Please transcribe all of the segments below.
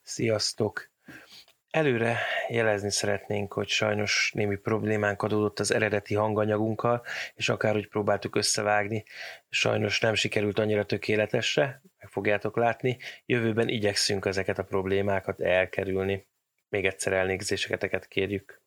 Sziasztok! Előre jelezni szeretnénk, hogy sajnos némi problémánk adódott az eredeti hanganyagunkkal, és akárhogy próbáltuk összevágni, sajnos nem sikerült annyira tökéletesre, meg fogjátok látni, jövőben igyekszünk ezeket a problémákat elkerülni. Még egyszer elnézéseket kérjük.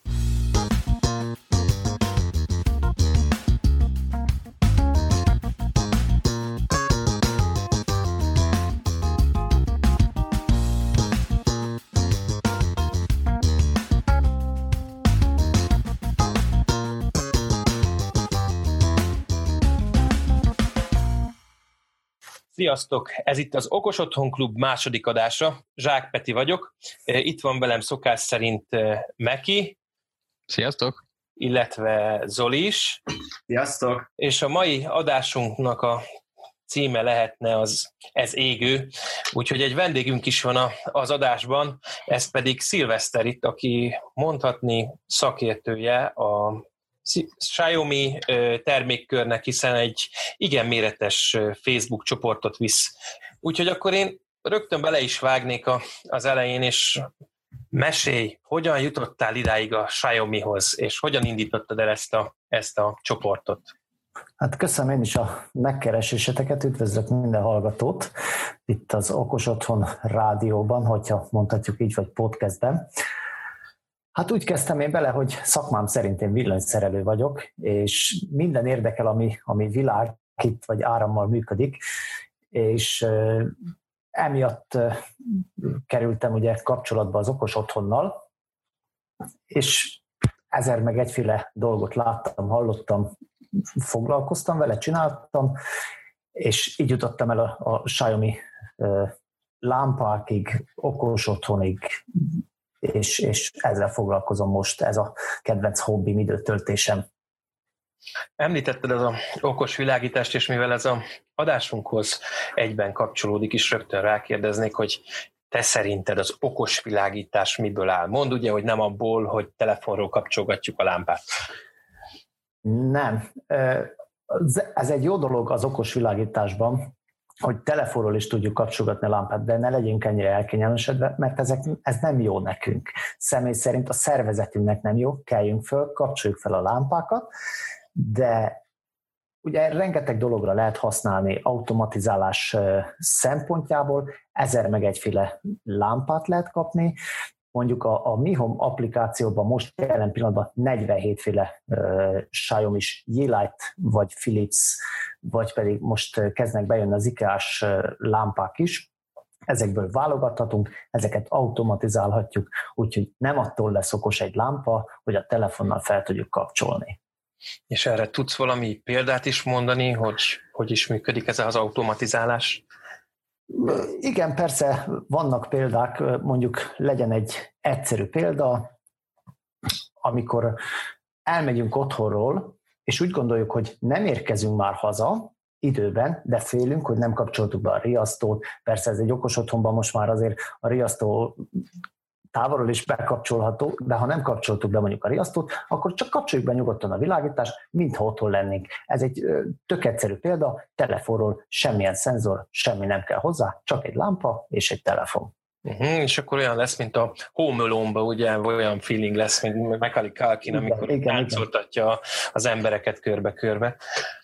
Sziasztok! Ez itt az Okos Otthon Klub második adása. Zsák Peti vagyok. Itt van velem szokás szerint Meki. Sziasztok! Illetve Zoli is. Sziasztok! És a mai adásunknak a címe lehetne Ez égő. Úgyhogy egy vendégünk is van az adásban, ez pedig Szilveszter itt, aki mondhatni szakértője a Xiaomi termékkörnek, hiszen egy igen méretes Facebook csoportot visz. Úgyhogy akkor én rögtön bele is vágnék az elején, és mesélj, hogyan jutottál idáig a Xiaomihoz, és hogyan indítottad el ezt a csoportot? Hát köszönöm én is a megkereséseteket, üdvözlök minden hallgatót itt az Okos Otthon rádióban, hogyha mondhatjuk így, vagy podcastben. Hát úgy kezdtem én bele, hogy szakmám szerint én villanyszerelő vagyok, és minden érdekel, ami világít vagy árammal működik, és emiatt kerültem ugye kapcsolatba az Okos Otthonnal, és ezer meg egyféle dolgot láttam, hallottam, foglalkoztam vele, csináltam, és így jutottam el a Xiaomi lámpákig, okos otthonig, és ezzel foglalkozom most, ez a kedvenc hobbim, időtöltésem. Említetted az okos világítást, és mivel ez a adásunkhoz egyben kapcsolódik, is rögtön rákérdeznék, hogy te szerinted az okos világítás miből áll? Mondd ugye, hogy nem abból, hogy telefonról kapcsolgatjuk a lámpát. Nem. Ez egy jó dolog az okos világításban, hogy telefonról is tudjuk kapcsolgatni a lámpát, de ne legyünk ennyire elkényelmesedve, mert ez nem jó nekünk. Személy szerint a szervezetünknek nem jó, keljünk föl, kapcsoljuk fel a lámpákat, de ugye rengeteg dologra lehet használni automatizálás szempontjából, ezer meg egyféle lámpát lehet kapni. Mondjuk a Mi Home applikációban most jelen pillanatban 47 féle Xiaomi-s Yeelight, vagy Philips, vagy pedig most kezdnek bejönni az IKEA-s lámpák is. Ezekből válogathatunk, ezeket automatizálhatjuk, úgyhogy nem attól lesz okos egy lámpa, hogy a telefonnal fel tudjuk kapcsolni. És erre tudsz valami példát is mondani, hogy is működik ez az automatizálás? Igen, persze vannak példák, mondjuk legyen egy egyszerű példa, amikor elmegyünk otthonról, és úgy gondoljuk, hogy nem érkezünk már haza időben, de félünk, hogy nem kapcsoltuk be a riasztót. Persze ez egy okos otthonban most már azért a riasztó távolról is bekapcsolható, de ha nem kapcsoltuk be mondjuk a riasztót, akkor csak kapcsoljuk be nyugodtan a világítást, mintha otthon lennénk. Ez egy tök egyszerű példa, telefonról semmilyen szenzor, semmi nem kell hozzá, csak egy lámpa és egy telefon. És akkor olyan lesz, mint a Home Alone-ban, ugye olyan feeling lesz, mint Macaulay Culkin, amikor táncoltatja az embereket körbe-körbe.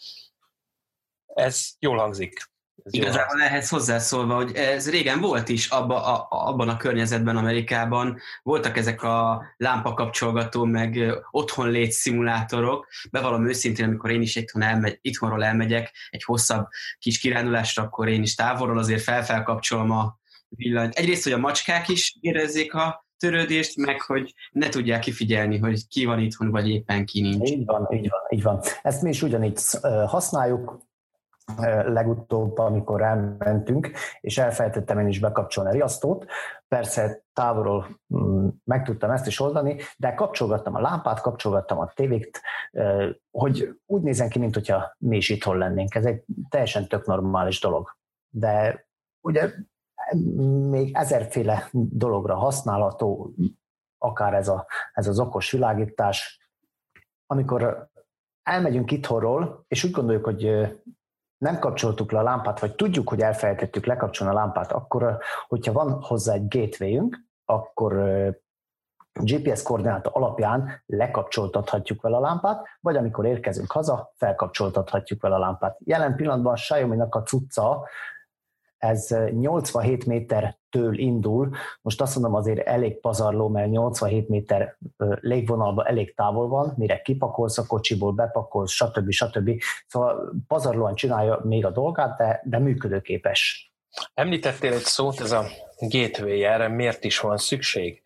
Ez jól hangzik. Igazából ehhez hozzászólva, hogy ez régen volt is abban a környezetben, Amerikában, voltak ezek a lámpakapcsolgató, meg otthonlét szimulátorok. Bevallom őszintén, amikor én is itthonról elmegyek egy hosszabb kis kirándulásra, akkor én is távolról azért felkapcsolom a villanyt. Egyrészt, hogy a macskák is érezzék a törődést, meg hogy ne tudják kifigyelni, hogy ki van itthon, vagy éppen ki nincs. Így van. Ezt mi is ugyanígy használjuk. Legutóbb, amikor elmentünk, és elfelejtettem én is bekapcsolni a riasztót. Persze távolról meg tudtam ezt is oldani, de kapcsolgattam a lámpát, kapcsolgattam a tévét, hogy úgy nézzen ki, mint hogyha mi is itthon lennénk. Ez egy teljesen tök normális dolog. De ugye még ezerféle dologra használható, akár ez az okos világítás, amikor elmegyünk itthonról, és úgy gondoljuk, hogy nem kapcsoltuk le a lámpát, vagy tudjuk, hogy elfelejtettük lekapcsolni a lámpát, akkor, hogyha van hozzá egy gateway-ünk, akkor GPS koordináta alapján lekapcsoltathatjuk vele a lámpát, vagy amikor érkezünk haza, felkapcsoltathatjuk vele a lámpát. Jelen pillanatban a Xiaomi-nak a cucca, ez 87 métertől indul, most azt mondom azért elég pazarló, mert 87 méter légvonalban elég távol van, mire kipakolsz a kocsiból, bepakolsz, stb. Szóval pazarlóan csinálja még a dolgát, de működőképes. Említettél egy szót, ez a gateway, erre miért is van szükség?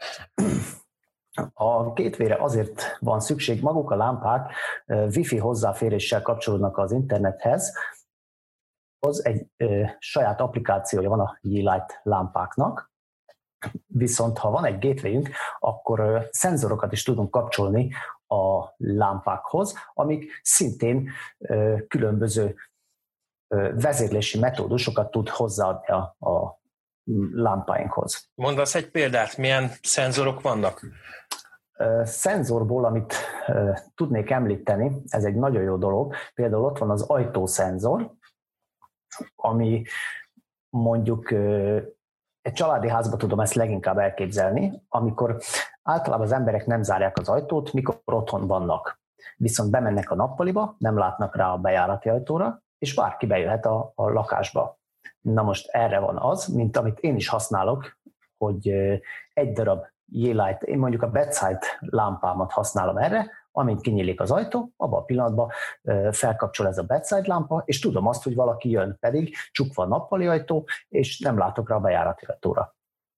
A gatewayre azért van szükség, maguk a lámpák wifi hozzáféréssel kapcsolódnak az internethez, az egy saját applikációja van a Yeelight lámpáknak, viszont ha van egy gatewayünk, akkor szenzorokat is tudunk kapcsolni a lámpákhoz, amik szintén különböző vezérlési metódusokat tud hozzáadni a lámpáinkhoz. Mondasz egy példát, milyen szenzorok vannak? Szenzorból, amit tudnék említeni, ez egy nagyon jó dolog, például ott van az ajtószenzor, ami mondjuk egy családi házba tudom ezt leginkább elképzelni, amikor általában az emberek nem zárják az ajtót, mikor otthon vannak. Viszont bemennek a nappaliba, nem látnak rá a bejárati ajtóra, és bárki bejöhet a lakásba. Na most erre van az, mint amit én is használok, hogy egy darab Yeelight, én mondjuk a bedside lámpámat használom erre, amint kinyílik az ajtó, abban a pillanatban felkapcsol ez a bedside lámpa, és tudom azt, hogy valaki jön, pedig csukva a nappali ajtó, és nem látok rá a bejárati ajtóra.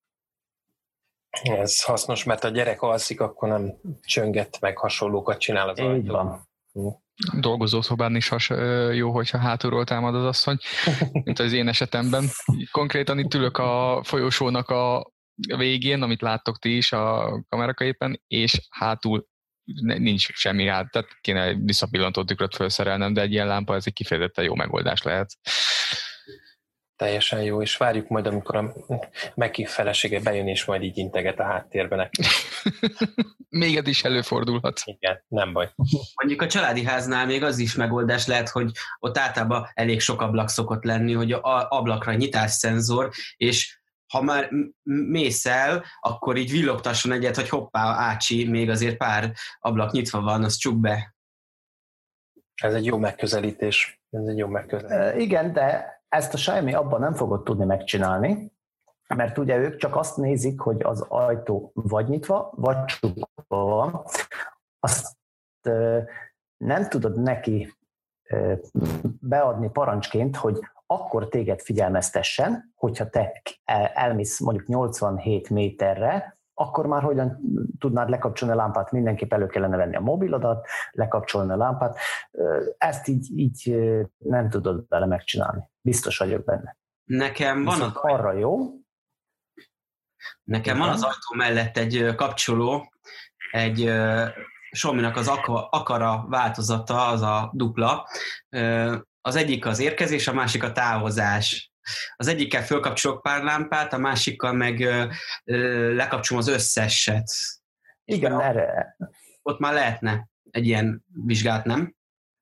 Ez hasznos, mert a gyerek alszik, akkor nem csönget, meg hasonlókat csinál az ajtó. Így van. Dolgozószobán is jó, hogyha hátulról támad az asszony, mint az én esetemben. Konkrétan itt ülök a folyosónak a végén, amit láttok ti is a kameraképen, és hátul nincs semmi rá, tehát kéne visszapillantó tükröt felszerelnem, de egy ilyen lámpa, ez egy kifejezetten jó megoldás lehet. Teljesen jó, és várjuk majd, amikor a Meki felesége bejön, és majd így integet a háttérben. Még ez is előfordulhat. Igen, nem baj. Mondjuk a családi háznál még az is megoldás lehet, hogy ott általában elég sok ablak szokott lenni, hogy a ablakra nyitásszenzor, és ha már mész el, akkor így villogtasson egyet, hogy hoppá, ácsi, még azért pár ablak nyitva van, az csuk be. Ez egy jó megközelítés. Igen, de ezt a Xiaomi abban nem fogod tudni megcsinálni, mert ugye ők csak azt nézik, hogy az ajtó vagy nyitva, vagy csukva van. Azt nem tudod neki beadni parancsként, hogy akkor téged figyelmeztessen, hogyha te elmész mondjuk 87 méterre, akkor már hogyan tudnád lekapcsolni a lámpát, mindenképp elő kellene venni a mobilodat, lekapcsolni a lámpát. Ezt így nem tudod vele megcsinálni. Biztos vagyok benne. Nekem van arra jó. Nekem van az ajtó mellett egy kapcsoló, egy Xiaomi-nak az Akara változata, az a dupla. Az egyik az érkezés, a másik a távozás. Az egyikkel fölkapcsolok pár lámpát, a másikkal meg lekapcsolom az összeset. Igen, erre. Ott már lehetne egy ilyen vizsgát, nem?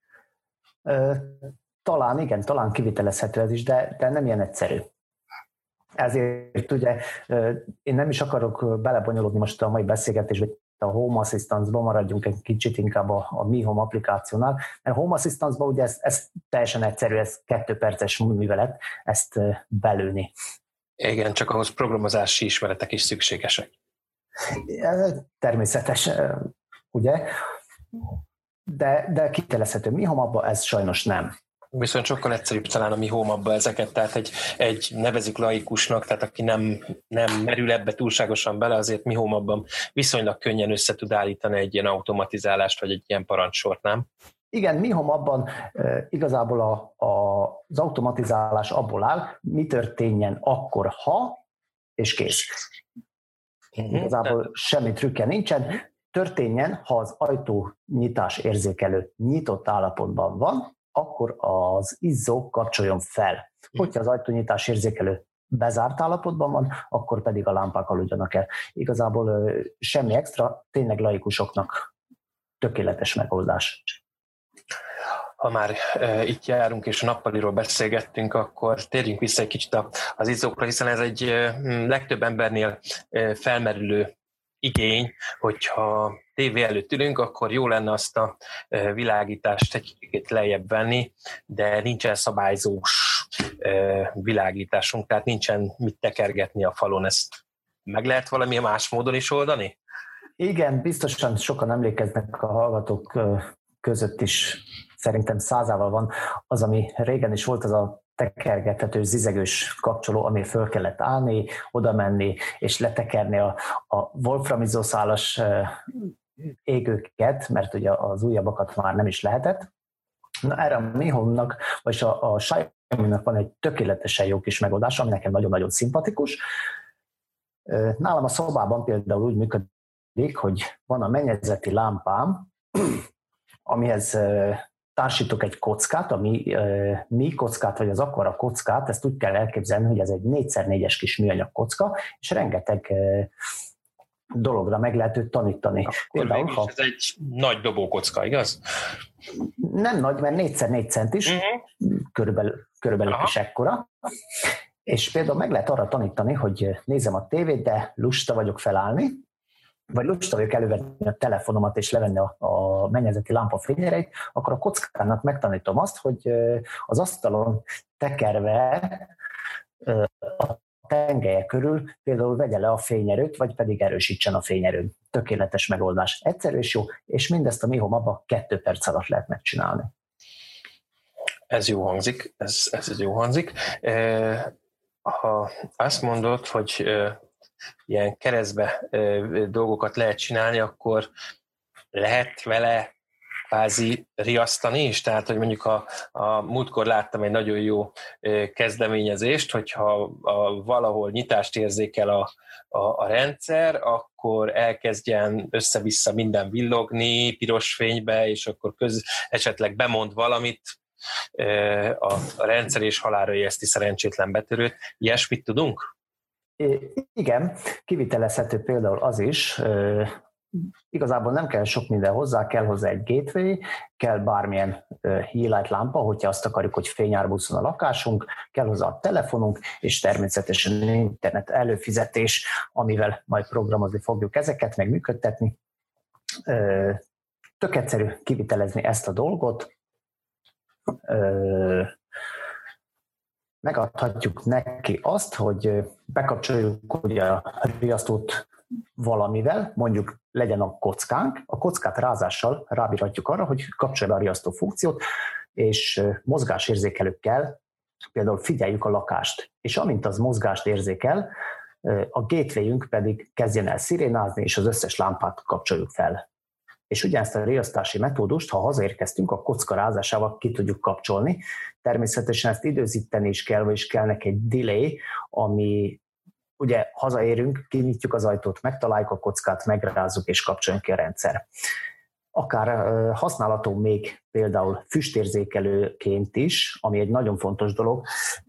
Talán kivitelezhető ez is, de nem ilyen egyszerű. Ezért ugye én nem is akarok belebonyolódni most a mai beszélgetésbe, a Home Assistance-ban maradjunk egy kicsit inkább a Mi Home applikációnál, mert a Home Assistance-ban ugye ez teljesen egyszerű, ez 2 perces művelet, ezt belőni. Igen, csak ahhoz programozási ismeretek is szükségesek. Természetes, ugye? De kitelezhető. Mi Home-abban ez sajnos nem. Viszont sokkal egyszerűbb talán a Mi Home-abba ezeket, tehát egy nevezik laikusnak, tehát aki nem merül ebbe túlságosan bele, azért Mi Home-abban viszonylag könnyen össze tud állítani egy ilyen automatizálást, vagy egy ilyen parancsort, nem? Igen, Mi Home-abban igazából az automatizálás abból áll, mi történjen akkor, ha, és kész. Igazából semmi trükkje nincsen. Történjen, ha az ajtónyitás érzékelő nyitott állapotban van, akkor az izzó kapcsoljon fel. Hogyha az ajtónyitás érzékelő bezárt állapotban van, akkor pedig a lámpák aludjanak el. Igazából semmi extra, tényleg laikusoknak tökéletes megoldás. ha már itt járunk és a nappaliról beszélgettünk, akkor térjünk vissza egy kicsit az izzókra, hiszen ez egy legtöbb embernél felmerülő igény, hogyha tévé előtt ülünk, akkor jó lenne azt a világítást egy kicsit lejjebb venni, de nincsen szabályzós világításunk, tehát nincsen mit tekergetni a falon. Ezt meg lehet valami más módon is oldani? Igen, biztosan sokan emlékeznek a hallgatók között is, szerintem 100-ával van az, ami régen is volt, az a tekergethető, zizegős kapcsoló, ami föl kellett állni, oda menni, és letekerni a wolframizószálas égőket, mert ugye az újabbakat már nem is lehetett. Na, erre a Mihomnak, vagy a Xiaomi-nak van egy tökéletesen jó kis megoldás, ami nekem nagyon-nagyon szimpatikus. Nálam a szobában például úgy működik, hogy van a mennyezeti lámpám, amihez társítok egy kockát, a mi kockát, vagy az Aquara kockát, ezt úgy kell elképzelni, hogy ez egy 4x4-es kis műanyag kocka, és rengeteg dologra meg lehet őt tanítani. Például, ez egy nagy dobókocka, igaz? Nem nagy, mert 4x4 centis, körülbelül is ekkora. És például meg lehet arra tanítani, hogy nézem a tévét, de lusta vagyok felállni, vagy lusta vagyok elővenni a telefonomat és levenni a mennyezeti lámpa fényereit, akkor a kockának megtanítom azt, hogy az asztalon tekerve a tengelye körül például vegye le a fényerőt, vagy pedig erősítsen a fényerőn. Tökéletes megoldás. Egyszerű és jó, és mindezt a Mi Home abban 2 perc alatt lehet megcsinálni. Ez jó hangzik, ez jó hangzik. Ha azt mondod, hogy ilyen keresztbe dolgokat lehet csinálni, akkor lehet vele kvázi riasztani is? Tehát, hogy mondjuk a múltkor láttam egy nagyon jó kezdeményezést, hogyha valahol nyitást érzékel a rendszer, akkor elkezdjen össze-vissza minden villogni piros fénybe, és akkor esetleg bemond valamit, a rendszer és halálra ijeszti szerencsétlen betörőt. Ilyesmit tudunk? Igen, kivitelezhető például az is, igazából nem kell sok minden hozzá, kell hozzá egy gateway, kell bármilyen highlight lámpa, hogyha azt akarjuk, hogy fényárbuszon a lakásunk, kell hozzá a telefonunk, és természetesen internet előfizetés, amivel majd programozni fogjuk ezeket, meg működtetni. Tök egyszerű kivitelezni ezt a dolgot, megadhatjuk neki azt, hogy bekapcsoljuk ugye a riasztót valamivel, mondjuk legyen a kockánk, a kockát rázással rábírhatjuk arra, hogy kapcsolja a riasztó funkciót, és mozgásérzékelőkkel például figyeljük a lakást, és amint az mozgást érzékel, a gatewayünk pedig kezdjen el szirénázni, és az összes lámpát kapcsoljuk fel. És ugyanezt a riasztási metódust, ha hazaérkeztünk, a kocka rázásával ki tudjuk kapcsolni. Természetesen ezt időzíteni is kell, vagyis kell neki egy delay, ami ugye hazaérünk, kinyitjuk az ajtót, megtaláljuk a kockát, megrázzuk és kapcsoljuk ki a rendszer. Akár használható még például füstérzékelőként is, ami egy nagyon fontos dolog.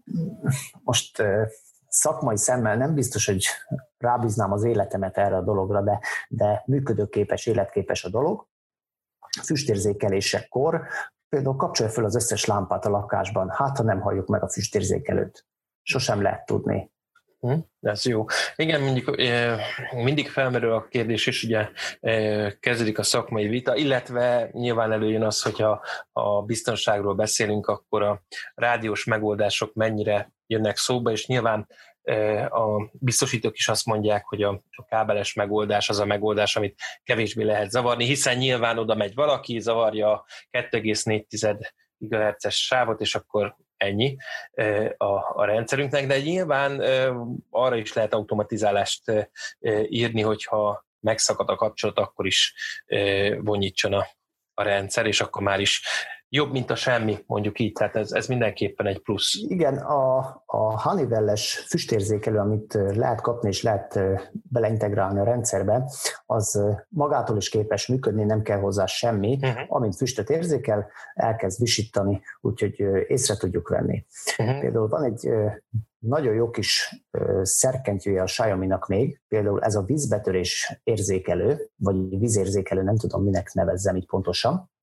Most szakmai szemmel nem biztos, hogy rábíznám az életemet erre a dologra, de működőképes, életképes a dolog. Füstérzékelésekor például kapcsolja fel az összes lámpát a lakásban, hát ha nem halljuk meg a füstérzékelőt. Sosem lehet tudni. Ez jó. Igen, mondjuk mindig felmerül a kérdés, és ugye kezdődik a szakmai vita, illetve nyilván előjön az, hogyha a biztonságról beszélünk, akkor a rádiós megoldások mennyire jönnek szóba, és nyilván a biztosítók is azt mondják, hogy a kábeles megoldás az a megoldás, amit kevésbé lehet zavarni, hiszen nyilván oda megy valaki, zavarja a 2,4 GHz-es sávot, és akkor ennyi a rendszerünknek, de nyilván arra is lehet automatizálást írni, hogyha megszakad a kapcsolat, akkor is vonítson a rendszer, és akkor már is jobb, mint a semmi, mondjuk így, tehát ez mindenképpen egy plusz. Igen, a Honeywell-es füstérzékelő, amit lehet kapni és lehet beleintegrálni a rendszerbe, az magától is képes működni, nem kell hozzá semmi. Amint füstöt érzékel, elkezd visítani, úgyhogy észre tudjuk venni. Például van egy nagyon jó kis szerkentyűje a Xiaomi-nak még, például ez a vízbetörés érzékelő, vagy vízérzékelő, nem tudom minek nevezzem így pontosan.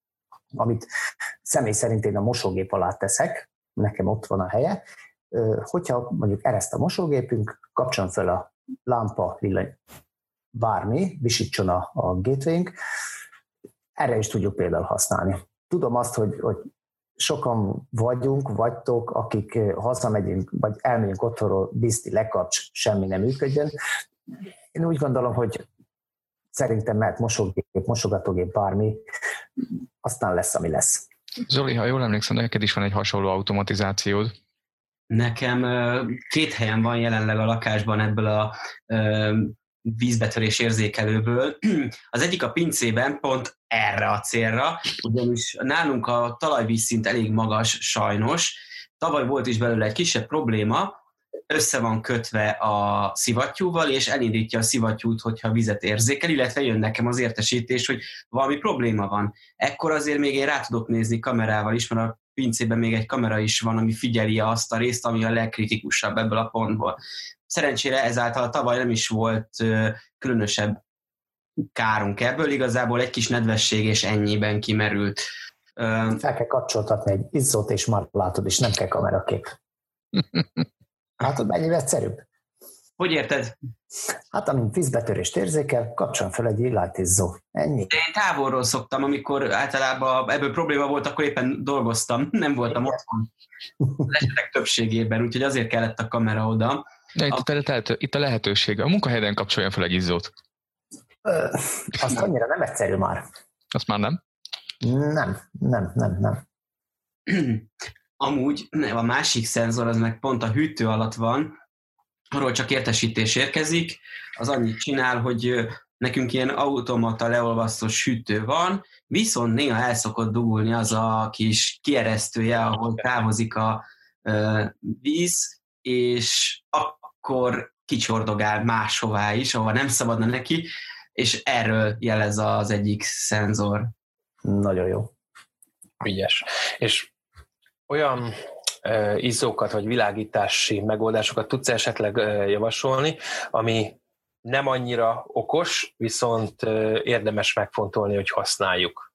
amit személy szerint én a mosógép alá teszek, nekem ott van a helye, hogyha mondjuk ereszt a mosógépünk, kapcsoljon fel a lámpa, villany, bármi, visítson a gateway-nk, erre is tudjuk például használni. Tudom azt, hogy sokan vagytok, akik hazamegyünk, vagy elmegyünk otthonról, bizti, lekapcs, semmi nem működjön. Én úgy gondolom, hogy szerintem mehet mosógép, mosogatógép, bármi, aztán lesz, ami lesz. Zoli, ha jól emlékszem, neked is van egy hasonló automatizációd. Nekem 2 helyen van jelenleg a lakásban ebből a vízbetörés érzékelőből. Az egyik a pincében, pont erre a célra, ugyanis nálunk a talajvízszint elég magas sajnos. Tavaly volt is belőle egy kisebb probléma, össze van kötve a szivattyúval, és elindítja a szivattyút, hogyha vizet érzékel, illetve jön nekem az értesítés, hogy valami probléma van. Ekkor azért még én rá tudok nézni kamerával is, mert a pincében még egy kamera is van, ami figyeli azt a részt, ami a legkritikusabb ebből a pontból. Szerencsére ezáltal tavaly nem is volt különösebb kárunk ebből, igazából egy kis nedvesség és ennyiben kimerült. Fel kell kapcsoltatni egy izzót, és már látod, és nem kell kamerakép. Látod, mennyivel egyszerűbb? Hogy érted? Hát, amint vízbetörést érzékel, kapcsoljon fel egy light izzó. Ennyi. De én távolról szoktam, amikor általában ebből probléma volt, akkor éppen dolgoztam, nem voltam otthon. Az esetek többségében, úgyhogy azért kellett a kamera oda. De itt a lehetőség. A munkahelyeden kapcsoljon fel egy izzót. Azt annyira nem egyszerű már. Azt már nem? Nem. Amúgy a másik szenzor, az meg pont a hűtő alatt van, arról csak értesítés érkezik, az annyit csinál, hogy nekünk ilyen automata leolvasztós hűtő van, viszont néha el szokott dugulni az a kis kieresztője, ahol távozik a víz, és akkor kicsordogál máshová is, ahol nem szabadna neki, és erről jelez az egyik szenzor. Nagyon jó. Ügyes. És olyan izzókat vagy világítási megoldásokat tudsz esetleg javasolni, ami nem annyira okos, viszont érdemes megfontolni, hogy használjuk?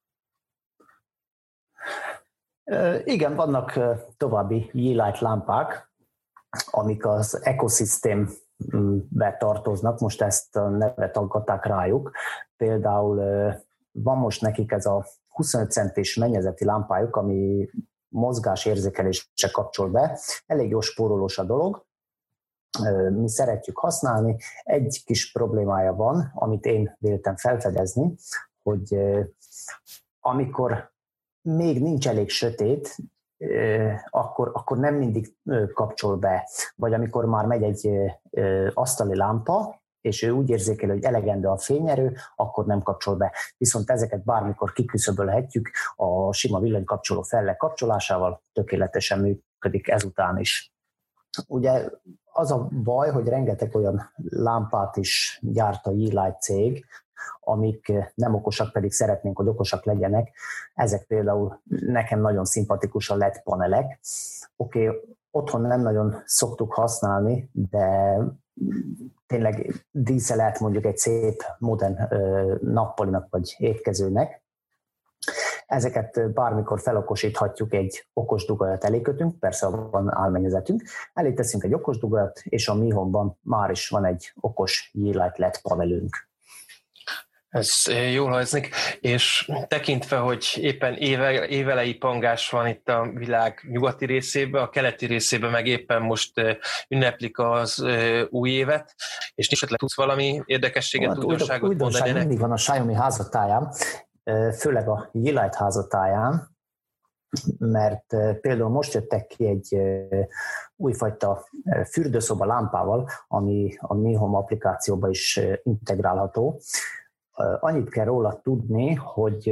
Igen, vannak további Yeelight lámpák, amik az ekoszisztémbe tartoznak, most ezt a nevet aggatták rájuk. Például van most nekik ez a 25 centis mennyezeti lámpájuk, ami mozgásérzékelésre kapcsol be. Elég jó spórolós a dolog. Mi szeretjük használni. Egy kis problémája van, amit én véltem felfedezni, hogy amikor még nincs elég sötét, akkor nem mindig kapcsol be. Vagy amikor már megy egy asztali lámpa, és ő úgy érzékel, hogy elegendő a fényerő, akkor nem kapcsol be. Viszont ezeket bármikor kiküszöbölhetjük a sima villanykapcsoló fellek kapcsolásával, tökéletesen működik ezután is. Ugye az a baj, hogy rengeteg olyan lámpát is gyárt a Yeelight cég, amik nem okosak, pedig szeretnénk, hogy okosak legyenek. Ezek például nekem nagyon szimpatikus a LED panelek. Oké, otthon nem nagyon szoktuk használni, de tényleg dísze lehet mondjuk egy szép modern nappalinak vagy étkezőnek. Ezeket bármikor felokosíthatjuk, egy okos dugajat elé kötünk, persze van álmennyezetünk, elé teszünk egy okos dugajat, és a Mi Home-ban már is van egy okos Yeelight LED panelünk. Ez jól hangzik, és tekintve, hogy éppen évelei pangás van itt a világ nyugati részében, a keleti részében meg éppen most ünneplik az új évet, és esetleg tudsz valami érdekességet, újdonságot mondani? Újdonság mindig van a Xiaomi házatáján, főleg a Yeelight házatáján, mert például most jöttek ki egy újfajta fürdőszoba lámpával, ami a Mi Home applikációba is integrálható. Annyit kell róla tudni, hogy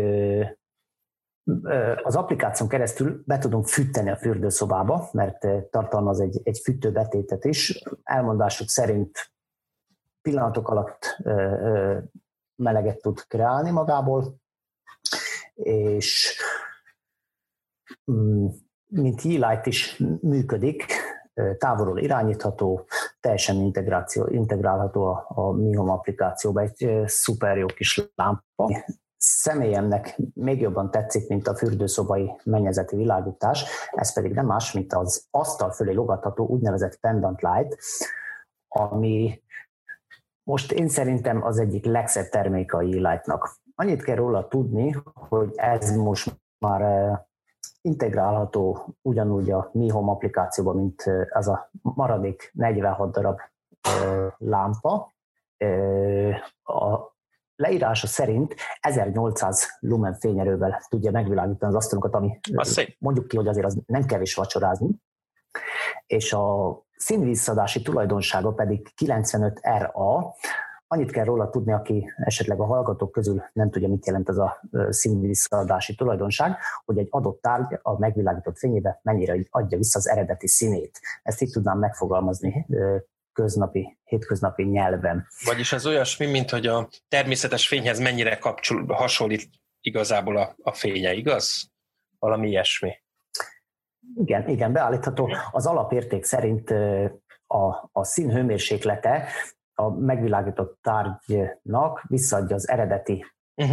az applikáción keresztül be tudunk fűteni a fürdőszobába, mert tartalmaz egy fűtőbetétet is. Elmondásuk szerint pillanatok alatt meleget tud kreálni magából, és mint Yeelight is működik, távolról irányítható, teljesen integrálható a Mi Home applikációba. Egy szuper jó kis lámpa. személyemnek még jobban tetszik, mint a fürdőszobai mennyezeti világítás, ez pedig nem más, mint az asztal fölé logatható úgynevezett pendant light, ami most én szerintem az egyik legszebb terméke a Yeelightnak. Annyit kell róla tudni, hogy ez most már integrálható ugyanúgy a Mi Home applikációban, mint az a maradék 46 darab lámpa. A leírása szerint 1800 lumen fényerővel tudja megvilágítani az asztalunkat, ami mondjuk ki, hogy azért az nem kevés vacsorázni. És a színvisszadási tulajdonsága pedig 95 RA. Annyit kell róla tudni, aki esetleg a hallgatók közül nem tudja, mit jelent ez a színvisszadási tulajdonság, hogy egy adott tárgy a megvilágított fényébe mennyire adja vissza az eredeti színét. Ezt így tudnám megfogalmazni hétköznapi nyelven. Vagyis az olyasmi, mint hogy a természetes fényhez mennyire hasonlít igazából a fénye, igaz? Valami ilyesmi. Igen, beállítható. Az alapérték szerint a szín hőmérséklete a megvilágított tárgynak visszaadja az eredeti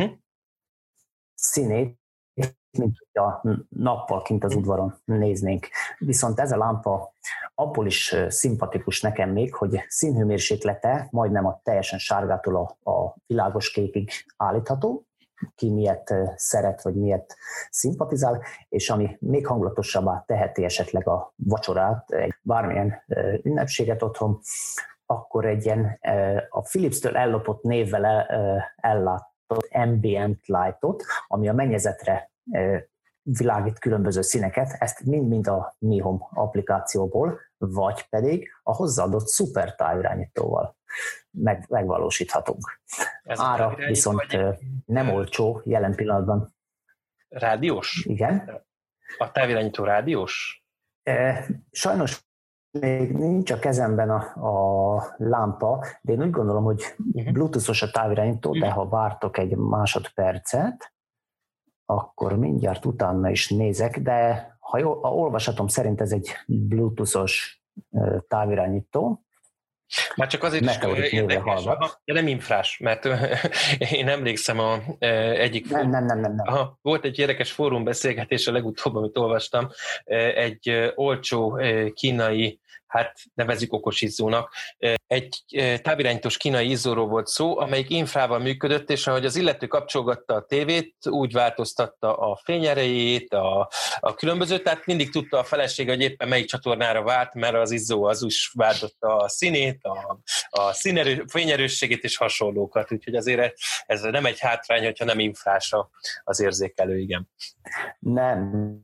színét, mint hogy a nappal kint az udvaron néznénk. Viszont ez a lámpa abból is szimpatikus nekem még, hogy színhőmérséklete majdnem a teljesen sárgától a világos kékig állítható, ki miért szeret, vagy miért szimpatizál, és ami még hangulatosabbá teheti esetleg a vacsorát, bármilyen ünnepséget otthon, akkor egy ilyen a Philips-től ellopott névvel ellátott ambient lightot, ami a mennyezetre világít különböző színeket, ezt mind-mind a Mi Home applikációból, vagy pedig a hozzáadott szuper távirányítóval megvalósíthatunk. Ára viszont nem olcsó jelen pillanatban. Rádiós? Igen. A távirányító rádiós? Sajnos még nincs a kezemben a lámpa, de én úgy gondolom, hogy bluetoothos a távirányító, de ha vártok egy másodpercet, akkor mindjárt utána is nézek, de ha olvasatom szerint ez egy bluetoothos távirányító. Már csak azért is érdekes, nem infrás, mert én emlékszem egyik Nem. Volt egy érdekes fórumbeszélgetés a legutóbb, amit olvastam, egy olcsó kínai, hát nevezzük okosizzónak, egy távirányítós kínai izzóról volt szó, amelyik infrával működött, és ahogy az illető kapcsolgatta a tévét, úgy változtatta a fényerejét, a különböző, tehát mindig tudta a feleség, hogy éppen melyik csatornára vált, mert az izzó az is váltotta a színét, a fényerősségét és hasonlókat, úgyhogy azért ez nem egy hátrány, hogyha nem infrás az érzékelő, igen. Nem.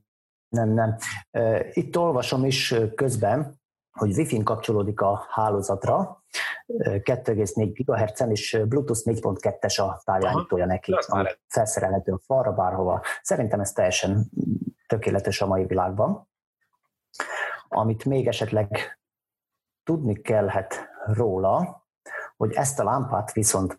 Itt olvasom is közben, hogy Wi-Fi-n kapcsolódik a hálózatra, 2,4 GHz-en, és Bluetooth 4.2-es a távirányítója neki, ami felszerelhető a falra bárhova. Szerintem ez teljesen tökéletes a mai világban. Amit még esetleg tudni kellhet róla, hogy ezt a lámpát viszont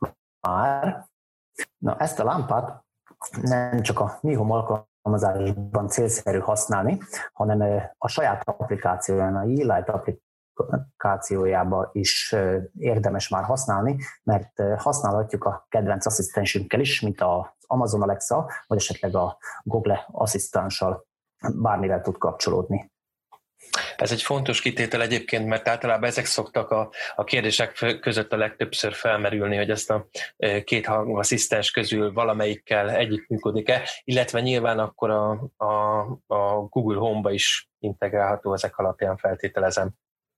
ezt a lámpát nem csak a Mi Home alkalmazásban célszerű használni, hanem a saját applikációján, a Yeelight applikációjában is érdemes már használni, mert használhatjuk a kedvenc asszisztensünkkel is, mint az Amazon Alexa, vagy esetleg a Google asszisztenssal bármivel tud kapcsolódni. Ez egy fontos kitétel egyébként, mert általában ezek szoktak a kérdések között a legtöbbször felmerülni, hogy ezt a két hangasszisztens közül valamelyikkel együttműködik-e, illetve nyilván akkor a Google Home-ba is integrálható ezek alapján, feltételezem.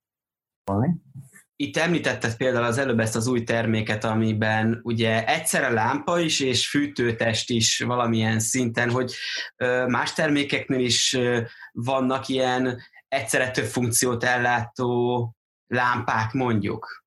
Itt említetted például az előbb ezt az új terméket, amiben ugye egyszerre lámpa is és fűtőtest is valamilyen szinten, hogy más termékeknél is vannak ilyen egyszerre több funkciót ellátó lámpák, mondjuk.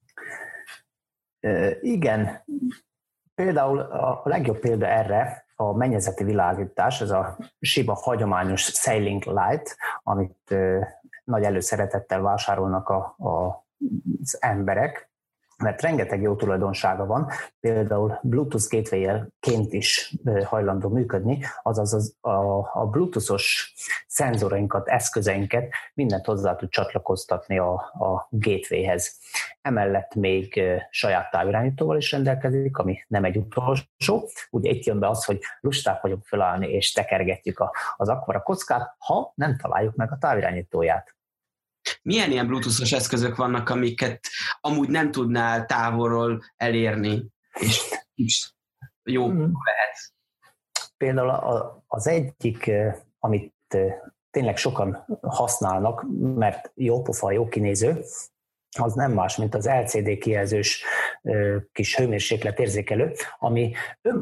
Igen. Például a legjobb példa erre a mennyezeti világítás, ez a Shiba hagyományos Sailing Light, amit nagy előszeretettel vásárolnak az emberek, mert rengeteg jó tulajdonsága van, például Bluetooth gateway-ként is hajlandó működni, azaz a Bluetooth-os szenzorainkat, eszközeinket mindent hozzá tud csatlakoztatni a gatewayhez. Emellett még saját távirányítóval is rendelkezik, ami nem egy utolsó. Ugye itt jön be az, hogy lusták vagyunk felállni és tekergetjük az akvara kockát, ha nem találjuk meg a távirányítóját. Milyen ilyen Bluetooth-os eszközök vannak, amiket amúgy nem tudnál távolról elérni, és jó lehet? Például az egyik, amit tényleg sokan használnak, mert jó pofa, jó kinéző, az nem más, mint az LCD kijelzős kis hőmérsékletérzékelő, ami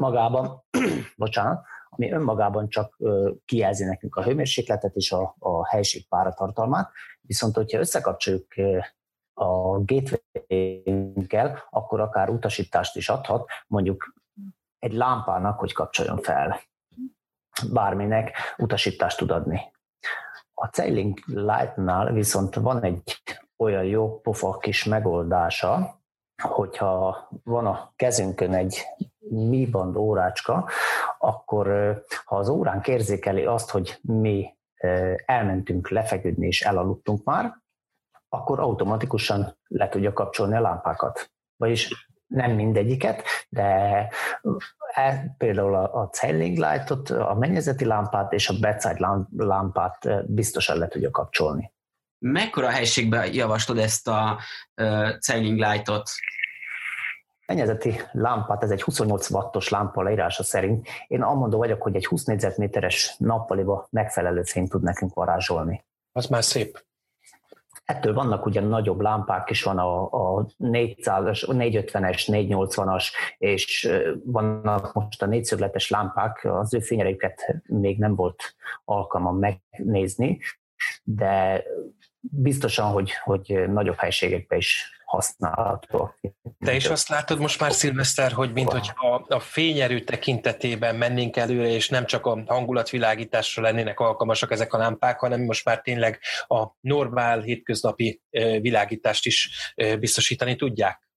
önmagában csak kijelzi nekünk a hőmérsékletet és a helység páratartalmát, viszont hogyha összekapcsoljuk a gateway-nkkel, akkor akár utasítást is adhat, mondjuk egy lámpának, hogy kapcsoljon fel. Bárminek utasítást tud adni. A Zeilink Lite-nál viszont van egy olyan jó pofa kis megoldása, hogyha van a kezünkön egy Mi Band órácska, akkor ha az óránk érzékeli azt, hogy mi elmentünk lefeküdni és elaludtunk már, akkor automatikusan le tudja kapcsolni a lámpákat. Vagyis nem mindegyiket, de például a Zeilink Lite-ot, a mennyezeti lámpát és a bedside lámpát biztosan le tudja kapcsolni. Mekkora helységben javaslod ezt a Zeilink Lite-ot? Mennyezeti lámpát, ez egy 28 wattos lámpa leírása szerint. Én amondó vagyok, hogy egy 20 négyzetméteres nappaliba megfelelő fényt tud nekünk varázsolni. Az már szép. Ettől vannak ugye nagyobb lámpák is, van a 400-as, 450-es, 480-as, és vannak most a négyszögletes lámpák, az ő fényerejüket még nem volt alkalmam megnézni, de biztosan, hogy nagyobb helységekben is használható. Te is azt látod most már, Szilveszter, hogy minthogyha a fényerő tekintetében mennénk előre, és nem csak a hangulatvilágításra lennének alkalmasak ezek a lámpák, hanem most már tényleg a normál hétköznapi világítást is biztosítani tudják?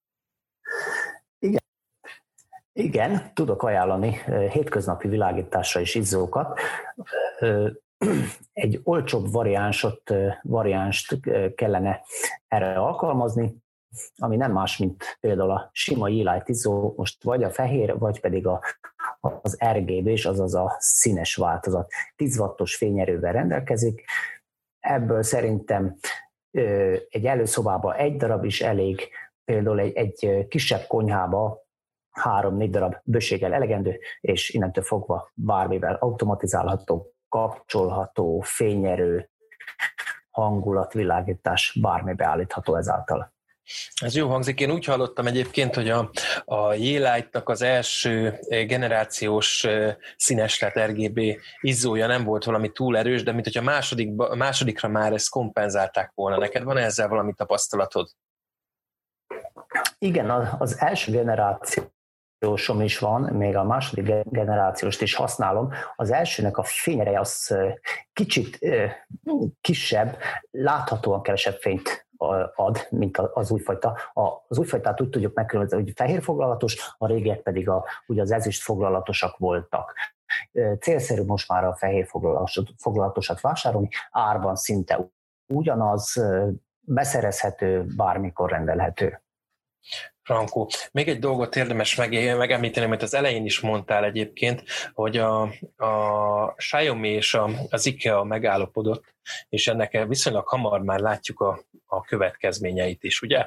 Igen, tudok ajánlani hétköznapi világításra is izzókat. Egy olcsóbb variánst kellene erre alkalmazni, ami nem más, mint például a sima Yeelight izzó, most vagy a fehér, vagy pedig az RGB-s, azaz a színes változat. 10 wattos fényerővel rendelkezik, ebből szerintem egy előszobában egy darab is elég, például egy kisebb konyhába 3-4 darab bőséggel elegendő, és innentől fogva bármivel automatizálható, kapcsolható, fényerő, hangulatvilágítás, bármi beállítható ezáltal. Ez jó hangzik. Én úgy hallottam egyébként, hogy a Yeelight-nak az első generációs színeslet RGB izzója nem volt valami túl erős, de mint hogyha másodikra már ezt kompenzálták volna. Neked van ezzel valami tapasztalatod? Igen, az első generációsom is van, még a második generációst is használom. Az elsőnek a fényereje az kicsit kisebb, láthatóan kevesebb fényt ad, mint az újfajta. Az újfajtát úgy tudjuk megkülönböztetni, hogy fehér foglalatos, a régiek pedig ugye az ezüst foglalatosak voltak. Célszerű most már a fehér foglalatosat vásárolni, árban szinte ugyanaz, beszerezhető, bármikor rendelhető. Frankó. Még egy dolgot érdemes megemlíteni, amit az elején is mondtál egyébként, hogy a Xiaomi és az IKEA megállapodott, és ennek viszonylag hamar már látjuk a következményeit is, ugye?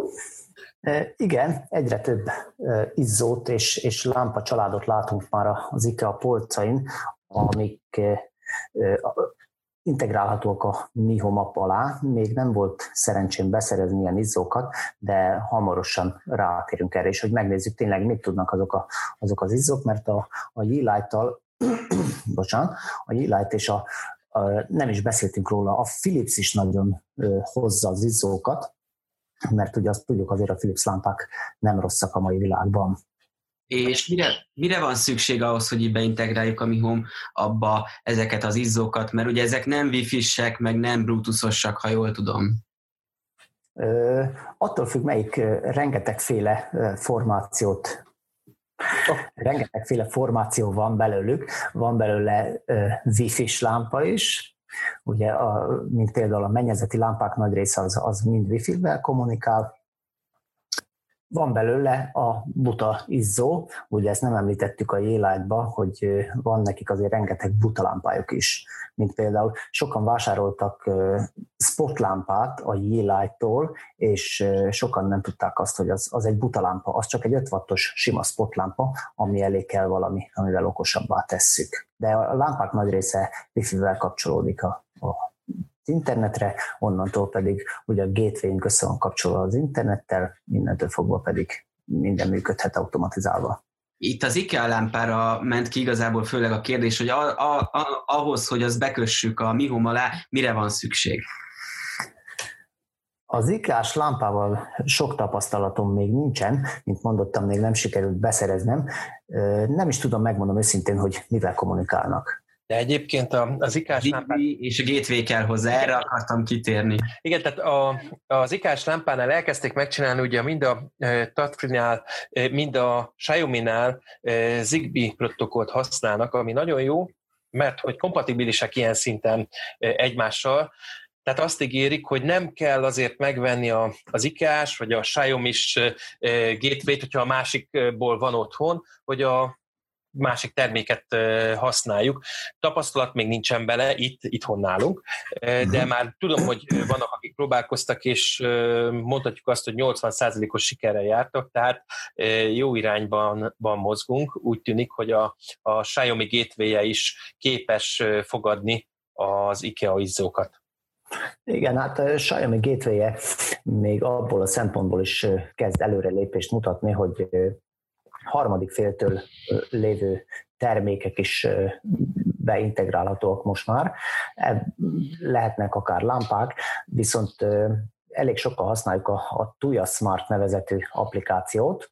Igen, egyre több izzót és lámpa családot látunk már az IKEA polcain, amik integrálhatóak a Mi Home app alá. Még nem volt szerencsém beszerezni ilyen izzókat, de hamarosan rátérünk erre, és hogy megnézzük tényleg, mit tudnak azok az izzók, mert a Yeelight-tal, a Yeelight és nem is beszéltünk róla, a Philips is nagyon hozza az izzókat, mert ugye azt tudjuk, azért a Philips lámpák nem rosszak a mai világban. És mire van szükség ahhoz, hogy így beintegráljuk a Mi Home abba ezeket az izzókat, mert ugye ezek nem Wi-Fi-sek, meg nem Bluetooth-osak, ha jól tudom. Attól függ, melyik rengetegféle formáció van belőlük. Van belőle wifi-s lámpa is, ugye, mint például a mennyezeti lámpák nagy része az mind wifi-vel kommunikál. Van belőle a buta izzó, ugye ezt nem említettük a Yeelight-ba, hogy van nekik azért rengeteg buta lámpájuk is, mint például sokan vásároltak spotlámpát a Yeelight-tól, és sokan nem tudták azt, hogy az egy buta lámpa, az csak egy 5 wattos sima spotlámpa, ami elé kell valami, amivel okosabbá tesszük. De a lámpák nagy része wifi-vel kapcsolódik a internetre, onnantól pedig ugye a gateway-ünk össze van kapcsolva az internettel, innentől fogva pedig minden működhet automatizálva. Itt az IKEA lámpára ment ki igazából főleg a kérdés, hogy ahhoz, hogy azt bekössük a Mi Home alá, mire van szükség? Az IKEA-s lámpával sok tapasztalatom még nincsen, mint mondottam, még nem sikerült beszereznem. Nem is tudom, megmondom őszintén, hogy mivel kommunikálnak. De egyébként az IKEA-s lámpán... És a gateway kell hozzá, erre akartam kitérni. Igen, tehát az IKEA-s lámpánál elkezdték megcsinálni, ugye mind a Touchfree-nál, mind a Xiaomi-nál Zigbee protokollt használnak, ami nagyon jó, mert hogy kompatibilisek ilyen szinten egymással, tehát azt ígérik, hogy nem kell azért megvenni az IKEA-s vagy a Xiaomi-s gateway-t, hogyha a másikból van otthon, hogy a másik terméket használjuk. Tapasztalat még nincsen bele itthon nálunk, de már tudom, hogy vannak, akik próbálkoztak, és mondhatjuk azt, hogy 80%-os sikerrel jártak, tehát jó irányban mozgunk. Úgy tűnik, hogy a Xiaomi gateway-je is képes fogadni az IKEA izzókat. Igen, hát a Xiaomi gateway-je még abból a szempontból is kezd előrelépést mutatni, hogy harmadik féltől lévő termékek is beintegrálhatóak most már. Lehetnek akár lámpák, viszont elég sokan használjuk a Tuya Smart nevezetű applikációt,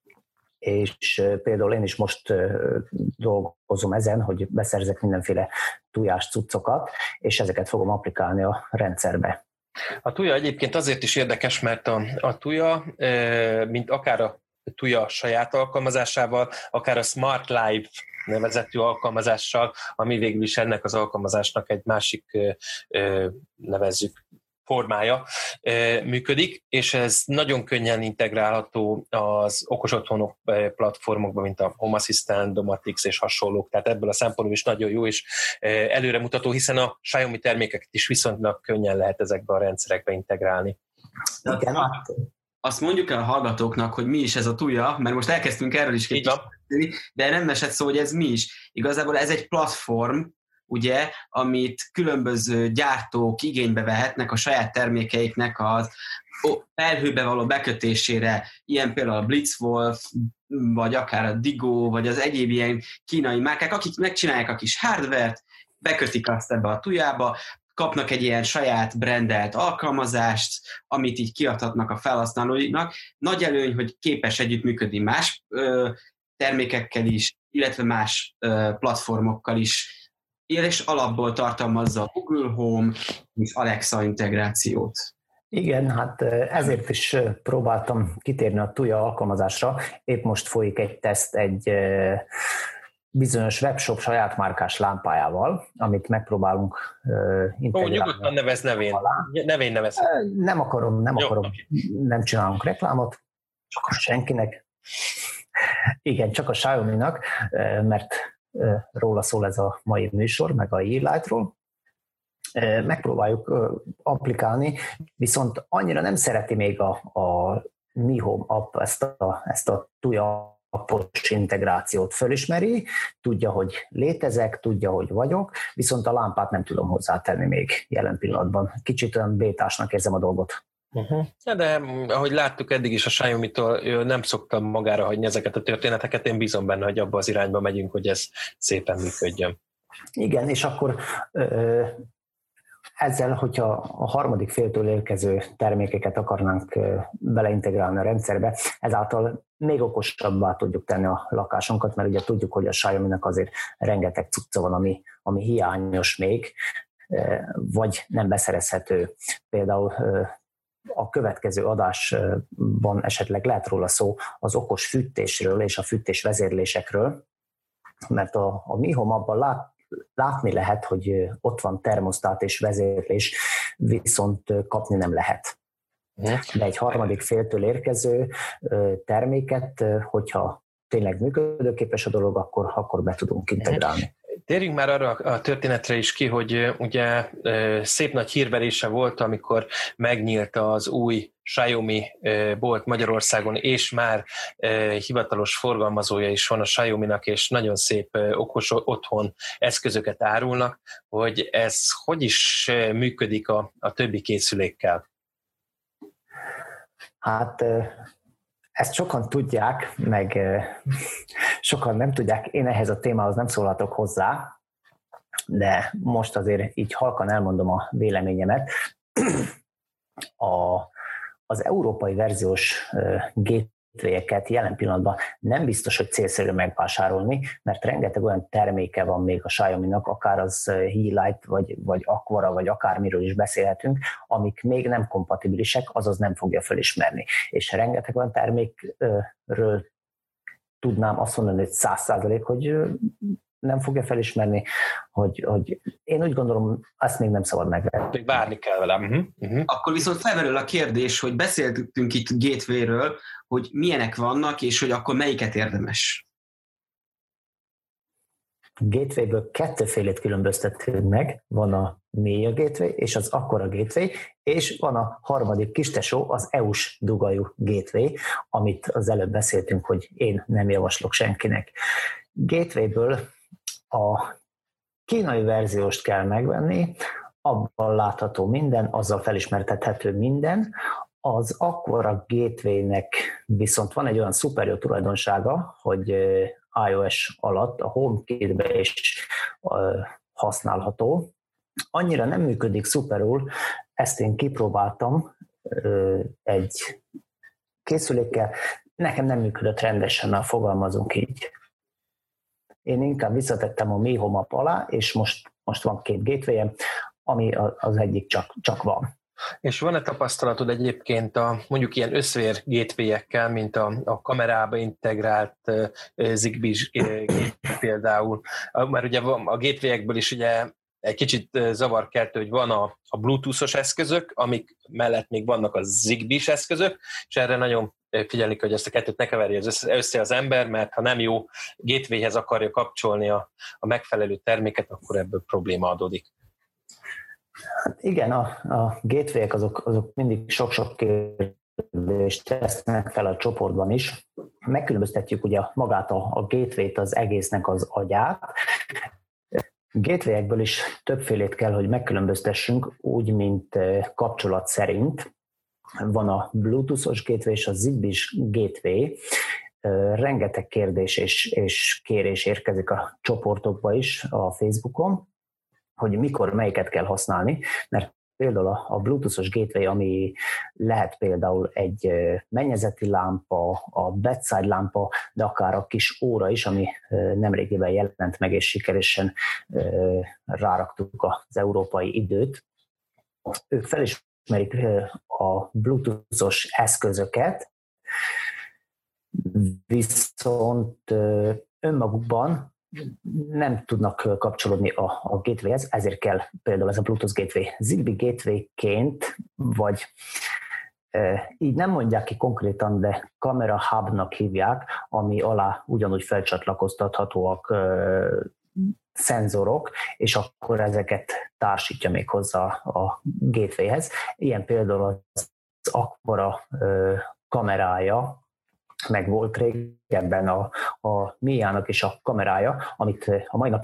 és például én is most dolgozom ezen, hogy beszerzek mindenféle tujás cuccokat, és ezeket fogom applikálni a rendszerbe. A Tuya egyébként azért is érdekes, mert a Tuya, mint akár a Tuya saját alkalmazásával, akár a Smart Live nevezetű alkalmazással, ami végül is ennek az alkalmazásnak egy másik nevezzük formája működik, és ez nagyon könnyen integrálható az okos otthonok platformokban, mint a Home Assistant, Domatix és hasonlók, tehát ebből a szempontból is nagyon jó és előremutató, hiszen a Xiaomi termékeket is viszonylag könnyen lehet ezekbe a rendszerekbe integrálni. Igen, azt mondjuk el a hallgatóknak, hogy mi is ez a Tuya, mert most elkezdtünk erről is beszélni, de nem esett szó, hogy ez mi is. Igazából ez egy platform, ugye, amit különböző gyártók igénybe vehetnek a saját termékeiknek az felhőbe való bekötésére, ilyen például a Blitzwolf, vagy akár a Digo, vagy az egyéb ilyen kínai márkák, akik megcsinálják a kis hardware-t, bekötik azt ebbe a Tuyába, kapnak egy ilyen saját brandelt alkalmazást, amit így kiadhatnak a felhasználóiknak. Nagy előny, hogy képes együttműködni más termékekkel is, illetve más platformokkal is, és alapból tartalmazza a Google Home és Alexa integrációt. Igen, hát ezért is próbáltam kitérni a Tuya alkalmazásra. Épp most folyik egy teszt egy bizonyos webshop saját márkás lámpájával, amit megpróbálunk integrálni. Nyugodtan nevez nevén nevez. Nem akarom, nem csinálunk reklámot, senkinek. Igen, csak a Xiaomi-nak, mert róla szól ez a mai műsor, meg a Yeelight-ról. Megpróbáljuk applikálni, viszont annyira nem szereti még a Mi Home app ezt a Tuya appos integrációt fölismeri, tudja, hogy létezek, tudja, hogy vagyok, viszont a lámpát nem tudom hozzátenni még jelen pillanatban. Kicsit olyan bétásnak érzem a dolgot. Ja, de ahogy láttuk eddig is a Xiaomi-tól, nem szoktam magára hagyni ezeket a történeteket, én bízom benne, hogy abba az irányba megyünk, hogy ez szépen működjön. Igen, és akkor ezzel, hogyha a harmadik féltől érkező termékeket akarnánk beleintegrálni a rendszerbe, ezáltal még okosabbá tudjuk tenni a lakásunkat, mert ugye tudjuk, hogy a Xiaomi-nak azért rengeteg cucca van, ami hiányos még, vagy nem beszerezhető. Például a következő adásban esetleg lehet róla szó az okos fűtésről és a fűtés vezérlésekről, mert a Mi Home abban látni lehet, hogy ott van termosztát és vezérlés, viszont kapni nem lehet. De egy harmadik féltől érkező terméket, hogyha tényleg működőképes a dolog, akkor be tudunk integrálni. Térjünk már arra a történetre is ki, hogy ugye szép nagy hírverése volt, amikor megnyílt az új Xiaomi bolt Magyarországon, és már hivatalos forgalmazója is van a Xiaomi-nak, és nagyon szép okos otthon eszközöket árulnak, hogy ez hogy is működik a többi készülékkel? Hát ezt sokan tudják, meg sokan nem tudják, én ehhez a témához nem szólhatok hozzá, de most azért így halkan elmondom a véleményemet. Az európai verziós gateway-eket jelen pillanatban nem biztos, hogy célszerű megvásárolni, mert rengeteg olyan terméke van még a Xiaomi-nak, akár az Hi-Lite, vagy Aquara, vagy akármiről is beszélhetünk, amik még nem kompatibilisek, azaz nem fogja felismerni. És rengeteg olyan termékről tudnám azt mondani, hogy 100%, hogy nem fogja felismerni, hogy én úgy gondolom, azt még nem szabad megvenni. Még várni kell velem. Akkor viszont felmerül a kérdés, hogy beszéltünk itt gateway-ről, hogy milyenek vannak, és hogy akkor melyiket érdemes? Gateway-ből kettőfélét különböztetünk meg, van a Mia Gateway és az Aquara Gateway, és van a harmadik kistesó, az EU-s dugajú Gateway, amit az előbb beszéltünk, hogy én nem javaslok senkinek. Gateway-ből a kínai verzióst kell megvenni, abban látható minden, azzal felismertethető minden. Az Aquara Gateway-nek viszont van egy olyan szuper jó tulajdonsága, hogy iOS alatt a HomeKit-be is használható. Annyira nem működik szuperul, ezt én kipróbáltam egy készülékkel, nekem nem működött rendesen, fogalmazunk így. Én inkább visszatettem a Mi Home app alá, és most van 2 gateway-em, ami az egyik csak van. És van-e tapasztalatod egyébként mondjuk ilyen összvér gateway-ekkel, mint a kamerába integrált Zigbee gateway például? Mert ugye a gateway-ekből is ugye egy kicsit zavarkeltő, hogy van a Bluetooth-os eszközök, amik mellett még vannak a Zigbee-s eszközök, és erre nagyon figyelik, hogy ezt a kettőt ne keverje össze az ember, mert ha nem jó gatewayhez akarja kapcsolni a megfelelő terméket, akkor ebből probléma adódik. Hát igen, a gateway-ek azok mindig sok-sok kérdést tesznek fel a csoportban is. Megkülönböztetjük ugye magát a gateway-t, az egésznek az agyát. Gateway-ekből is többfélét kell, hogy megkülönböztessünk, úgy, mint kapcsolat szerint. Van a Bluetooth-os gateway és a Zigbee-s gateway. Rengeteg kérdés és kérés érkezik a csoportokba is a Facebookon, hogy mikor melyiket kell használni, mert például a Bluetooth-os gateway, ami lehet például egy mennyezeti lámpa, a bedside lámpa, de akár a kis óra is, ami nemrégiben jelent meg, és sikeresen ráraktuk az európai időt. Ők felismerik a Bluetooth-os eszközöket, viszont önmagukban nem tudnak kapcsolódni a gatewayhez, ezért kell például ez a Bluetooth gateway. Zigbee gateway-ként, vagy így nem mondják ki konkrétan, de Camera Hub-nak hívják, ami alá ugyanúgy felcsatlakoztathatóak szenzorok, és akkor ezeket társítja még hozzá a gatewayhez. Ilyen például az Aquara kamerája, meg volt régebben a Mia-nak is a kamerája, amit a mai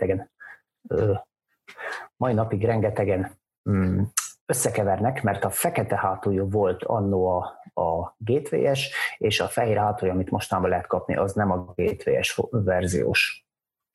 napig rengetegen összekevernek, mert a fekete hátulja volt annó a gateway-es, és a fehér hátulja, amit mostanában lehet kapni, az nem a gateway-es verziós.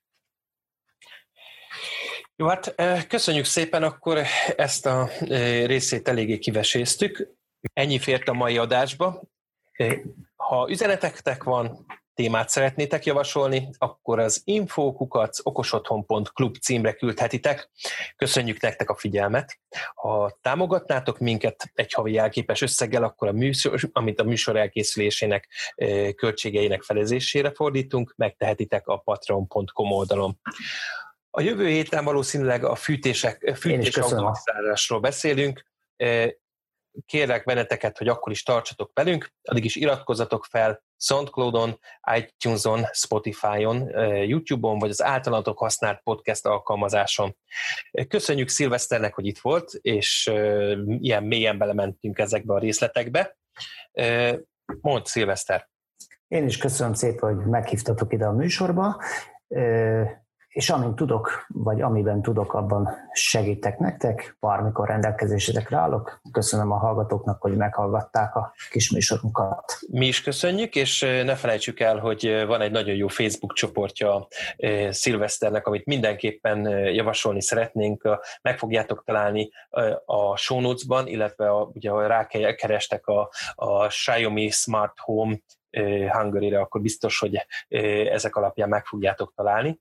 Jó, hát köszönjük szépen, akkor ezt a részét eléggé kiveséztük. Ennyi fért a mai adásba. Ha üzenetektek van, témát szeretnétek javasolni, akkor az info@okosotthon.club címre küldhetitek. Köszönjük nektek a figyelmet. Ha támogatnátok minket egy havi jelképes összeggel, akkor amit a műsor elkészülésének költségeinek fedezésére fordítunk, megtehetitek a patreon.com oldalon. A jövő héten valószínűleg a fűtés automatizálásról beszélünk. Kérlek benneteket, hogy akkor is tartsatok velünk, addig is iratkozzatok fel SoundCloudon, iTunes-on, Spotify-on, YouTube-on, vagy az általatok használt podcast alkalmazáson. Köszönjük Szilveszternek, hogy itt volt, és ilyen mélyen belementünk ezekbe a részletekbe. Mondd, Szilveszter! Én is köszönöm szépen, hogy meghívtatok ide a műsorba, és amint tudok, vagy amiben tudok, abban segítek nektek, bármikor rendelkezésekre állok. Köszönöm a hallgatóknak, hogy meghallgatták a kis műsorunkat. Mi is köszönjük, és ne felejtsük el, hogy van egy nagyon jó Facebook csoportja Szilveszternek, amit mindenképpen javasolni szeretnénk. Meg fogjátok találni a show notes-ban, illetve ugye ha rákerestek a Xiaomi Smart Home Hungary-re, akkor biztos, hogy ezek alapján meg fogjátok találni.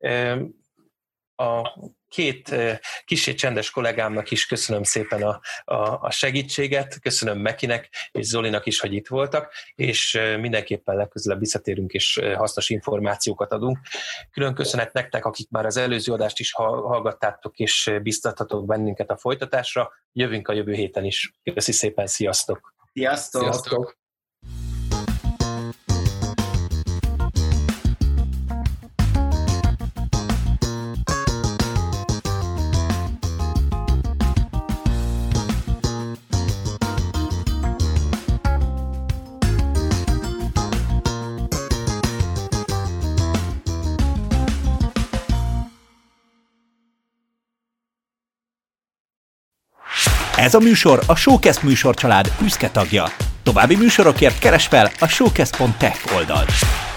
A két kissé csendes kollégámnak is köszönöm szépen a segítséget, köszönöm Mekinek és Zolinak is, hogy itt voltak, és mindenképpen legközelebb visszatérünk és hasznos információkat adunk. Külön köszönet nektek, akik már az előző adást is hallgattátok, és biztattatok bennünket a folytatásra. Jövünk a jövő héten is. Köszi szépen, sziasztok! Sziasztok! Sziasztok. Ez a műsor a Showcast műsorcsalád büszke tagja. További műsorokért keresd fel a showcast.tech oldalt.